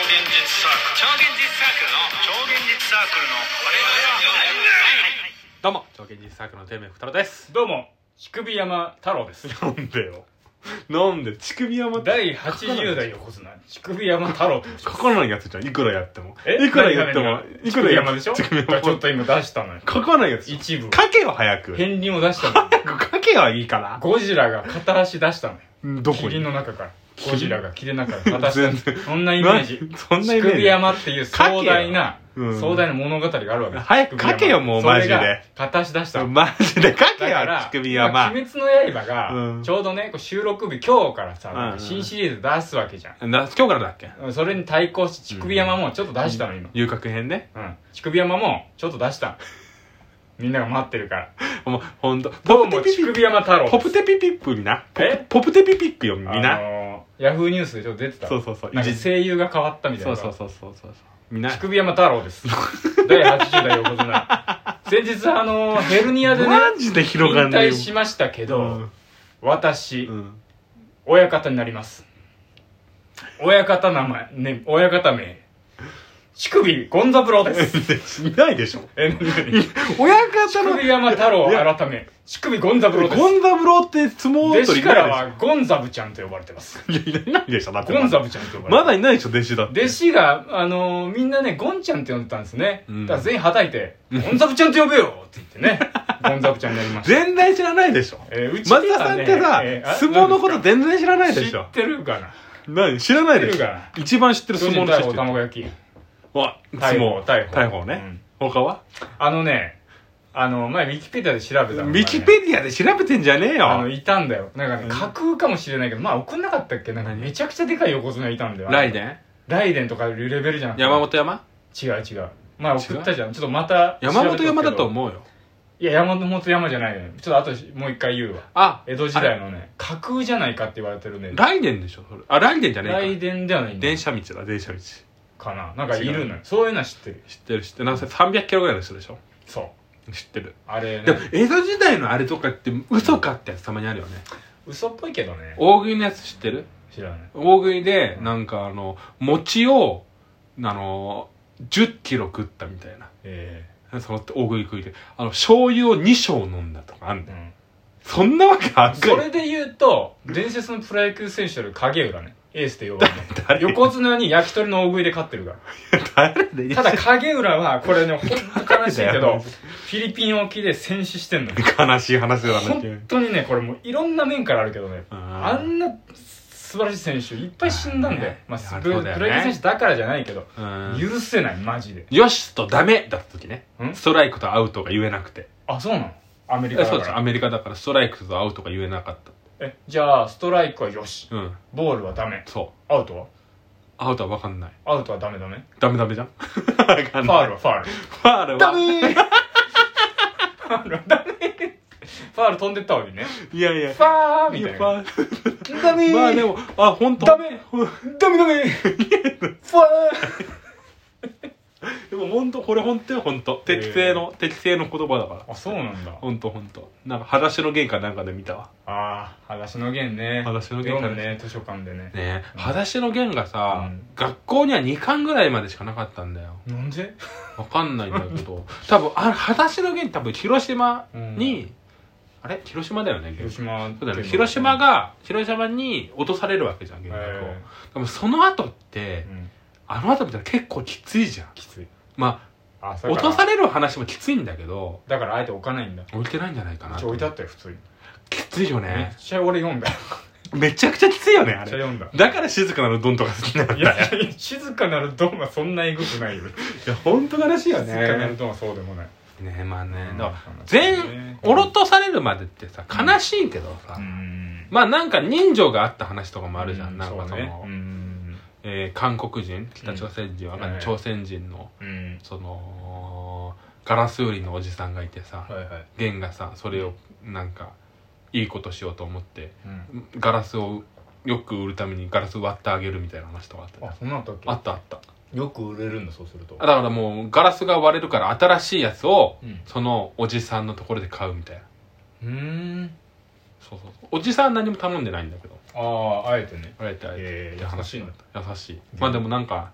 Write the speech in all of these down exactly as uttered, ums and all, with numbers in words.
サークル超現実サークルの超現実サークルの我々はどうも超現実サークルの天命ふたろです。 どうも乳首山太郎です。 なんでよなんで乳首山だいはちじゅう代横綱乳首山太郎と書かないやつじゃん。いくらやってもえいくらやっても乳首山でしょ。 乳首山ちょっと今出したのよ。 書かないやつ一部書けよ早く。 片鱗を出したのよ。 早く書けはいいからゴジラが片足出したのよ。 どこに霧の中からゴジラが霧の中から片足出全然した。そんなイメージ。 そんなイメージ乳首山っていう壮大な書けようん壮大な物語があるわけです。 早く書けよもうマジで。 それが片足出したの。 マジで書けよだから乳首今山。 鬼滅の刃うんがちょうどねこう収録日今日からさうんうん新シリーズ出すわけじゃん。 な今日からだっけ。 それに対抗して乳首山もちょっと出したの今。 遊郭編ね。 うん。乳首山もちょっと出した。みんなが待ってるから。 もうほんとどうも乳首山太郎。 ポプテピピップ見な。 えポプテピピップよ見あな。 のー、ヤフーニュースでちょっと出てた。 そうそうそうなんか声優が変わったみたいな。 そうそうそうそうそう見な。 乳首山太郎です。だいはちじゅう代横綱。先日あのー、ヘルニアでね、 マジで広がんないよ。 引退しましたけど、 うん私、 うん親方になります。親方名前、ね、親方名、乳首ゴンザブローです。 いないでしょ。 え、なになに親方の乳首山太郎改め、乳首ゴンザブローです。 ゴンザブローって相撲弟取り子からはゴンザブちゃんと呼ばれてます。 いやいないでしょ。だってゴンザブちゃんと呼ばれてまだいないでしょ弟子だって。 弟子が、あのー、みんなね、ゴンちゃんって呼んでたんですね。 うんだから全員はたいて、ゴンザブちゃんと呼べよって言ってね、ゴンザブちゃんになりました。 全然知らないでしょ。 えー、うちで松田はねさんってさえーあ相撲のこと全然知らないでしょ知っ。てるかな。 何知らないでしょ知ってるかな。 一番知ってる相撲の大砲知ってる。 卵焼き。 わ大砲、大砲。 大砲ね。他はあのね、あの、前、ウィキペディアで調べたのが、ね。 ウィキペディアで調べてんじゃねえあの、 よ。 いたんだよ。なんかね、架空かもしれないけど、まあ、送んなかったっけなんかめちゃくちゃでかい横綱いたんだよ。 ライデンライデンとかいうレベルじゃなくて。 山本山違う違う。まあ、送ったじゃん。ちょっとまた。 山本山だとう。 思うよ。 いや、山本山じゃないのよ。ちょっとあと、もう一回言うわ。 あ江戸時代のね、架空じゃないかって言われてるね。 ライデンでしょそれ。あライデンじゃねえか。 ライデンではないんだよ電車道だ電車道。 かな。なんかいるの違よ。そういうのは知ってる。 知ってる知ってる。なんせさんびゃくキロぐらいの人でしょ。 そう。 知ってる。 あれでもね、 江戸時代のあれとかって嘘かってやつたまにあるよね。 嘘っぽいけどね。 大食いのやつ知ってる？ 知らない。 大食いでなんかあの餅をあのじゅっキロ食ったみたいな。 えその大食い食いであの醤油をに升飲んだとかあんだよ。 えうん。 そんなわけあんそれで言うと、伝説のプロ野球選手である影浦ね。エースって呼ばれて誰る。横綱に焼き鳥の大食いで勝ってるか誰でら。ただ影浦は、これね、ほんと悲しいけど、 誰だよフィリピン沖で戦死してんのよ。 悲しい話だな。 本当にね、これもういろんな面からあるけどね、 ああんな素晴らしい選手いっぱい死んだんだよ。まあ、 いやプロそうだよねプロ野球選手だからじゃないけど、 うん許せない、マジで。 よしとダメだった時ね。 んストライクとアウトが言えなくて。 あ、そうなのアメリカだから。 そうですアメリカだからストライクとアウトが言えなかっえ、じゃあ、ストライクはよし。 た。うんボールはダメ。 そうアウトはアウトは分かんない。 アウトはダメダメ。 ダメダメじゃん。 ファールはファール。 ファールはダメーファールはダメーファール飛んでったわけね。 いやいやファーみたいファな。 ールダメーまあでもあ本当ダメダメダメファーでも本当これ本当よ本当適正の適正の言葉だからあ、そうなんだ。 本当本当なんか裸足の弦かなんかで見たわ。 ああ、裸足の弦ね。 裸足の弦読むね、図書館でね。 ねえ裸足の弦がさ、 うん学校にはにかんぐらいまでしかなかったんだよ。 なんでわかんないんだけど多分あ裸足の弦多分広島に、あれ広島だよね広島そうだよね広島が広島に落とされるわけじゃん原爆を、 えでもその後って、 ーうんあの後見たら結構きついじゃん。 きつい。 まあ、 あそれから落とされる話もきついんだけどだからあえて置かないんだ。 置いてないんじゃないかなちょ置いてあったよ、普通に。 きついよめねっちゃ俺読んだよ。 めちゃくちゃきついよねめあれっちゃ読んだ。 だから静かなるドンとか好きなんだよ。 いやいや、静かなるドンはそんなエグくないよ。 いやほんと悲しいよ静かなるねドンはそうでもない。 ねえまあね、 うんだからそう全ねおろとされるまでってさ悲しいけどさ、 うん。 まあなんか人情があった話とかもあるじゃん、 うなんかその、 うねうん。 えー韓国人北朝鮮人、わかんないうん朝鮮人のうん。 そのガラス売りのおじさんがいてさ、 はいはい。 ゲンがさそれをなんかいいことしようと思ってうん。 ガラスをよく売るためにガラス割ってあげるみたいな話とかあったじゃんあ、そんなのあったっけあったあったよく売れるんだ、そうすると。 だからもうガラスが割れるから新しいやつをうん。 そのおじさんのところで買うみたいな。 うーん。 そうそうそうおじさんは何も頼んでないんだけどああ、あえてね。 あえてあえてえーって話優しいんだ優しいまあでもなんか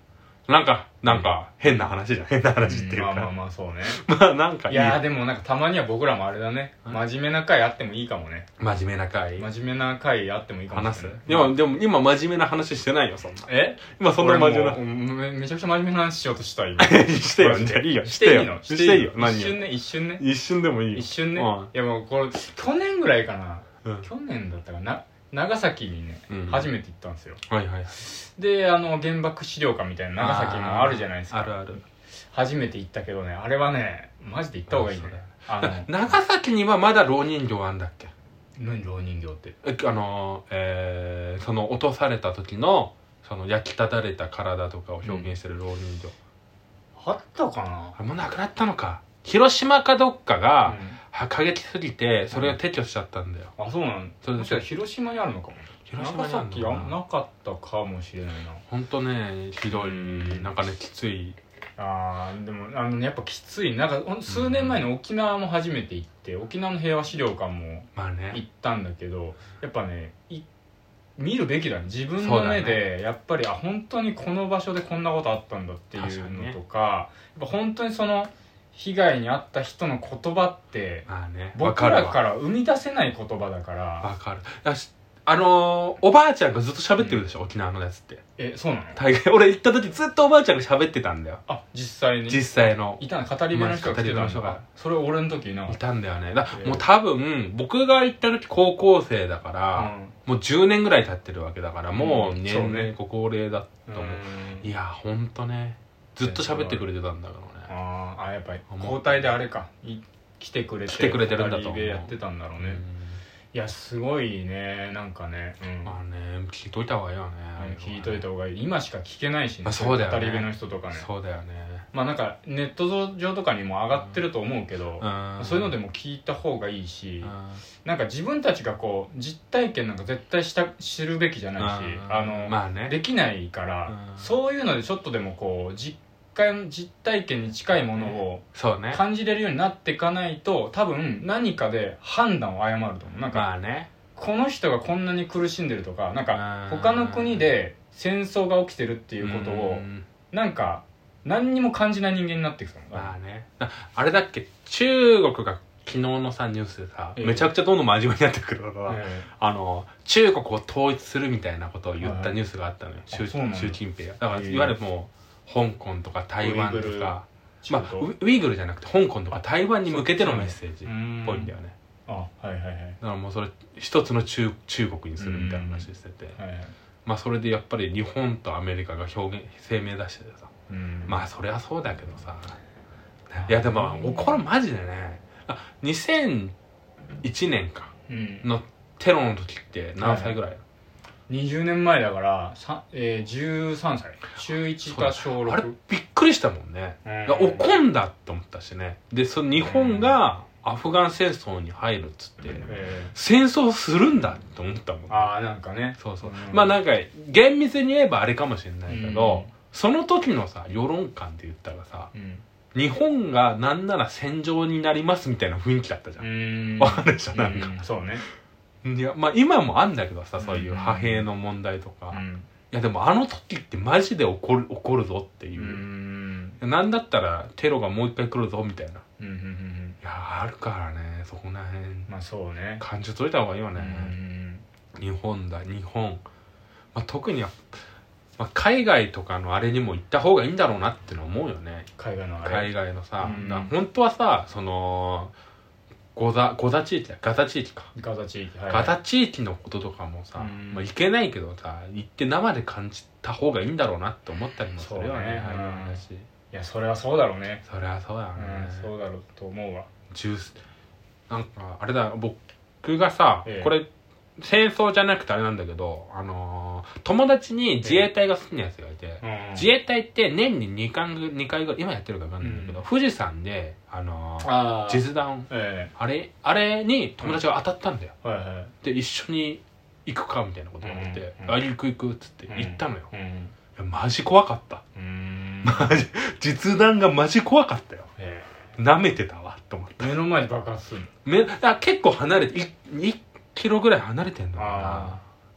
なんかなんか変な話じゃん変な話っていうか、 うん、まあまあまあそうねまあなんかいいいやーでもなんかたまには僕らもあれだね真面目な回あってもいいかもね真面目な回真面目な回あってもいいかも話すしれないでもでも今真面目な話してないよそんなえ今そんな真面目な俺もうめめちゃくちゃ真面目な話しようとした今してよマジでいいよしていいのしていいよ何よ一瞬ね一瞬ね一瞬でもいいよ一瞬ね、 うんいやもうこれ去年ぐらいかな、 うん去年だったかな長崎にね、 うん初めて行ったんですよはいはいであの原爆資料館みたいな長崎もあるじゃないですかあるある初めて行ったけどねあれはねマジで行った方がいいねあの長崎にはまだ蝋人形あんだっけ何蝋人形ってえあのえー、その落とされた時のその焼きただれた体とかを表現してる蝋人形、 あったかなあれもうなくなったのか広島かどっかがうんは過激すぎてそれを撤去しちゃったんだよ、 あそうなんそれでもしかしたら広島にあるのかも広島にあるのかな長崎あなかったかもしれないなほんとねひどいうんなんかねきついあーでもあの、ね、やっぱきついなんかほん数年前に沖縄も初めて行って沖縄の平和資料館もまあ行ねったんだけどやっぱねい見るべきだね自分そうだねの目でやっぱりあ本当にこの場所でこんなことあったんだっていうのとかやっぱ本当にその被害に遭った人の言葉ってまあね僕らから生み出せない言葉だからわかるだしあのー、おばあちゃんがずっと喋ってるでしょ、うん、沖縄のやつってえそうなの大概俺行った時ずっとおばあちゃんが喋ってたんだよあ実際に実際のいたの語り部の人が来てた語り部のん人がだそれ俺の時いなかったいたんだよねだえーもう多分僕が行った時高校生だから、 うんもうじゅうねんぐらい経ってるわけだからもううん年そうね 々ご高齢だと思う、 うんいやほんとねずっと喋ってくれてたんだからねあーあやっぱり交代であれかい来てくれて来てくれてるんだと思う語り部やってたんだろうね、 うんいやすごいねなんかね、うんまあね聞いといた方がいいよね聞いといた方がいい今しか聞けないしね、 まあそうだよね語り部の人とかねそうだよねまあなんかネット上とかにも上がってると思うけど、 うんそういうのでも聞いた方がいいし、 うんなんか自分たちがこう実体験なんか絶対した知るべきじゃないし、 うんあの、 まあねできないから、 うんそういうのでちょっとでもこう実感実体験に近いものをそうね感じれるようになっていかないと多分何かで判断を誤ると思うなんか、 まあねこの人がこんなに苦しんでるとかなんかうん他の国で戦争が起きてるっていうことをうんなんか何にも感じない人間になっていくと思う、 まあねああれだっけ中国が昨日のさニュースでさ、 ええめちゃくちゃどんどん真面目になってくるのは、 えあの中国を統一するみたいなことを言ったニュースがあったのよ、習あそうなんだ習近平がだからええいわゆるもう香港とか台湾とウイグルか中東まあウウイグルじゃなくて香港とか台湾に向けてのメッセージっうんぽいんだよねあはいはいはいだからもうそれ一つの中中国にするみたいな話してて、 はいはいまあそれでやっぱり日本とアメリカが表現声明出しててさ、 うんまあそりゃそうだけどさいやでもこれマジでねあにせんいちねんかうんのテロの時って何歳ぐらい、 にじゅうねんまえだからさ、えー、じゅうさんさい中いちか小ろくあれびっくりしたもんね、 うんいや怒んだって思ったしねでその日本がアフガン戦争に入るっつって、 え戦争するんだって思ったもんねー、ああなんかねそうそう、 うんまあなんか厳密に言えばあれかもしれないけど、 うんその時のさ世論感で言ったらさうん日本がなんなら戦場になりますみたいな雰囲気だったじゃん、 うんわかるでしょなんか、 うそうねいやまあ今もあんだけどさそういう派兵の問題とか、いうんやでもあの時ってマジで起こる起こるぞっていうう、 んなんだったらテロがもう一回来るぞみたいな、いうんうんうんうんやあるからねそこら辺まあそうね感じといた方がいいようね、 ん日本だ日本、まあ、特には、まあ、海外とかのあれにも行った方がいいんだろうなっての思うよね海外のあれ海外のさ、 うんだから本当はさそのゴザゴザ地域だガザ地域か、 ガザ地域はいガザ地域のこととかもさ、 うんまあ、行けないけどさ行って生で感じた方がいいんだろうなって思ったりもするよねそうねああいう話、 いやそれはそうだろうねそりゃそうだようね、 んそうだろうと思うわジュースなんかあれだ僕がさ、 ええこれ戦争じゃなくてあれなんだけどあのー、友達に自衛隊が好きなやつがいて、 うん自衛隊って年ににかいぐにかいぐらい今やってるか分かんないんだけど、 うん富士山であのー、 ああ実弾えあれあれに友達が当たったんだよ、 えはいはいで一緒に行くかみたいなこと言われて、 うんあ行く行くっつって行ったのよ、 うんいやマジ怖かったうんマジ実弾がマジ怖かったよえ舐めてたわと思ってえ目の前で爆発するのめあ結構離れていいちキロぐらい離れてんのかあ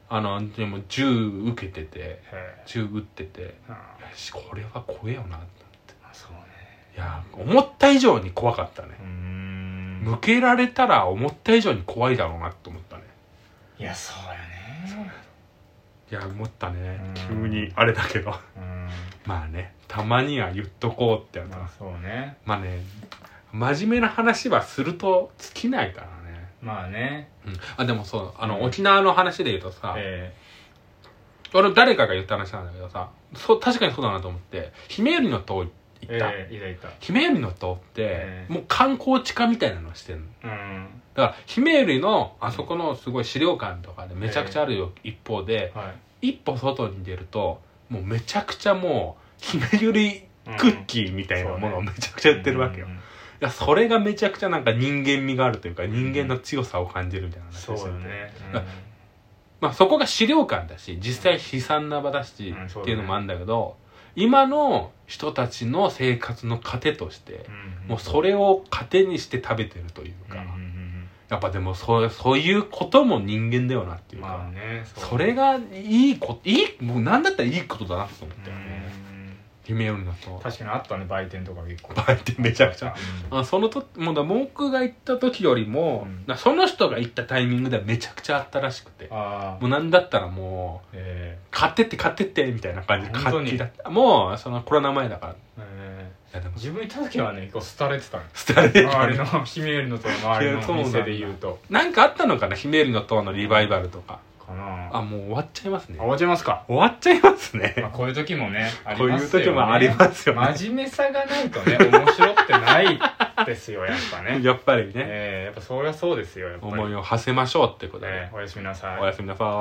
あのでも銃受けててへえ銃撃ってて、 あよしこれは怖えよなって。 あそうねいや思った以上に怖かったね。 うーん向けられたら思った以上に怖いだろうなって思ったね。 いやそうやねいや思ったね。 うん急にあれだけどうんまあねたまには言っとこうってやつまあそうねまあね真面目な話はすると尽きないからね。 まあねうん、あでもそうあの、 うん沖縄の話で言うとさ、 え俺誰かが言った話なんだけどさそう確かにそうだなと思ってひめゆりの塔行えった、 ええいたいたひめゆりの塔って、 ええもう観光地化みたいなのしてるのうんだからひめゆりのあそこのすごい資料館とかでめちゃくちゃあるよ、一方ではい一歩外に出るともうめちゃくちゃもうひめゆりクッキーみたいなものをめちゃくちゃ売ってるわけよ、 うんうんうんいやそれがめちゃくちゃなんか人間味があるというか人間の強さを感じるみたいな話そうしててよねだまあそこが資料館だし実際悲惨な場だし、 うんそうだねっていうのもあるんだけど今の人たちの生活の糧として、 うんもうそれを糧にして食べてるというか、 うんうんうんやっぱでもそうそういうことも人間だよなっていうか、 まあねそれがいいこといいもう何だったらいいことだなと思ったよね。 うんひめゆりの塔確かにあったね売店とか結構売店めちゃくちゃうんあそのともうだ僕が行った時よりも、 うんなその人が行ったタイミングではめちゃくちゃあったらしくてああもうなんだったらもうえ買ってって買ってってみたいな感じで本当に買ってだったもうそのコロナ前だからいええやでも自分行った時はね結構廃れてたの捨てられて周りのひめゆりのと周りの店で言うとなんかあったのかなひめゆりの塔のリバイバルとかかなあもう終わっちゃいますねあ終わっちゃいますか終わっちゃいますねまあこういう時もねありこういうますよね時もありますよね真面目さがないとね面白ってないですよやっぱねやっぱりねええやっぱそりゃそうですよやっぱり思いを馳せましょうってことで、 ええおやすみなさいおやすみなさい。